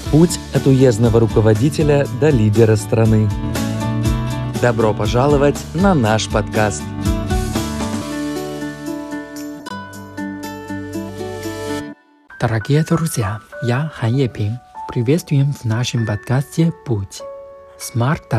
Путь от уездного руководителя до лидера страны. Добро пожаловать на наш подкаст. Дорогие друзья, я Хан Епин. Приветствуем в нашем подкасте «Путь». С марта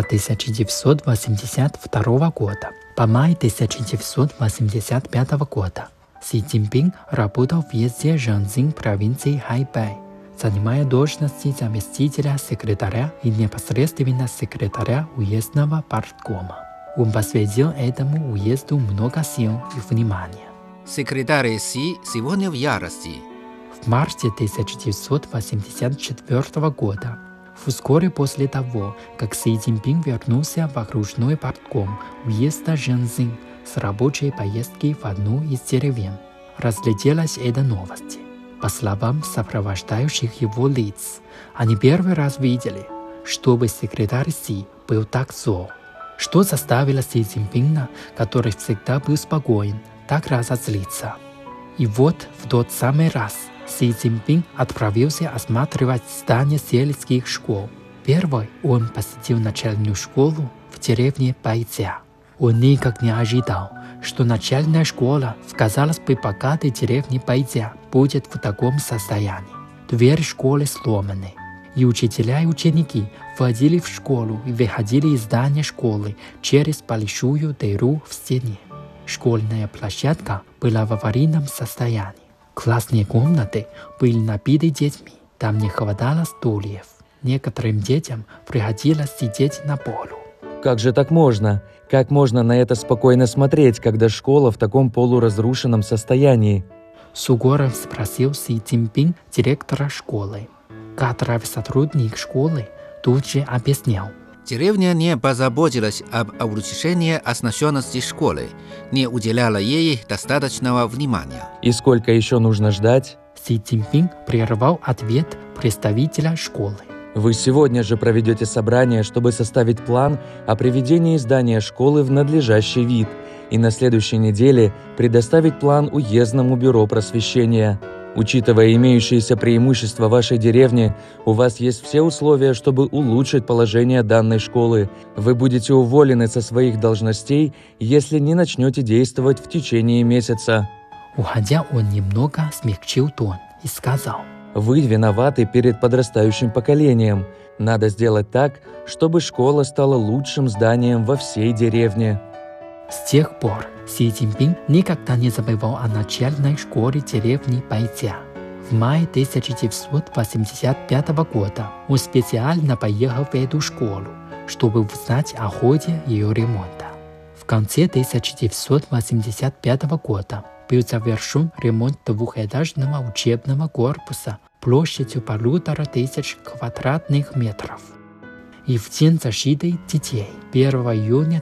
1982 года по май 1985 года Си Цзиньпин работал в уезде Жанцзинь провинции Хайбэй, занимая должности заместителя секретаря и непосредственно секретаря уездного парткома. Он посвятил этому уезду много сил и внимания. Секретарь Си сегодня в ярости. В марте 1984 года, вскоре после того, как Си Цзиньпин вернулся в окружной партком уезда Жанцзинь с рабочей поездки в одну из деревень, разлетелась эта новость. По словам сопровождающих его лиц, они первый раз видели, чтобы секретарь Си был так зол, что заставило Си Цзиньпина, который всегда был спокоен, так разозлиться. И вот в тот самый раз Си Цзиньпин отправился осматривать здания сельских школ. Первый он посетил начальную школу в деревне Байцзя. Он никак не ожидал, что начальная школа в, казалось бы, богатой деревне Байцзя будет в таком состоянии. Двери школы сломаны, и учителя и ученики входили в школу и выходили из здания школы через большую дыру в стене. Школьная площадка была в аварийном состоянии. Классные комнаты были набиты детьми, там не хватало стульев. Некоторым детям приходилось сидеть на полу. Как же так можно? Как можно на это спокойно смотреть, когда школа в таком полуразрушенном состоянии? С угором спросил Си Цзиньпин директора школы. Кадровый сотрудник школы тут же объяснил. Деревня не позаботилась об улучшении оснащенности школы, не уделяла ей достаточного внимания. И сколько еще нужно ждать? Си Цзиньпин прервал ответ представителя школы. Вы сегодня же проведете собрание, чтобы составить план о приведении здания школы в надлежащий вид, и на следующей неделе предоставить план уездному бюро просвещения. Учитывая имеющиеся преимущества вашей деревни, у вас есть все условия, чтобы улучшить положение данной школы. Вы будете уволены со своих должностей, если не начнете действовать в течение месяца. Уходя, он немного смягчил тон и сказал. Вы виноваты перед подрастающим поколением. Надо сделать так, чтобы школа стала лучшим зданием во всей деревне. С тех пор Си Цзиньпин никогда не забывал о начальной школе деревни Байцзя. В мае 1985 года он специально поехал в эту школу, чтобы узнать о ходе ее ремонта. В конце 1985 года был завершен ремонт двухэтажного учебного корпуса площадью 1500 квадратных метров. И в День защиты детей 1 июня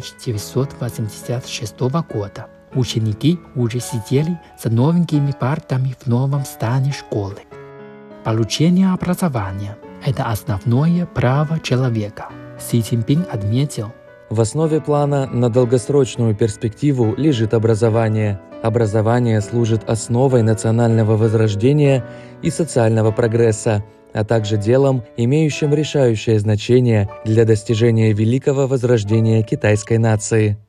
1986 года ученики уже сидели за новенькими партами в новом здании школы. Получение образования – это основное право человека. Си Цзиньпин отметил. В основе плана на долгосрочную перспективу лежит образование. Образование служит основой национального возрождения и социального прогресса, а также делом, имеющим решающее значение для достижения великого возрождения китайской нации.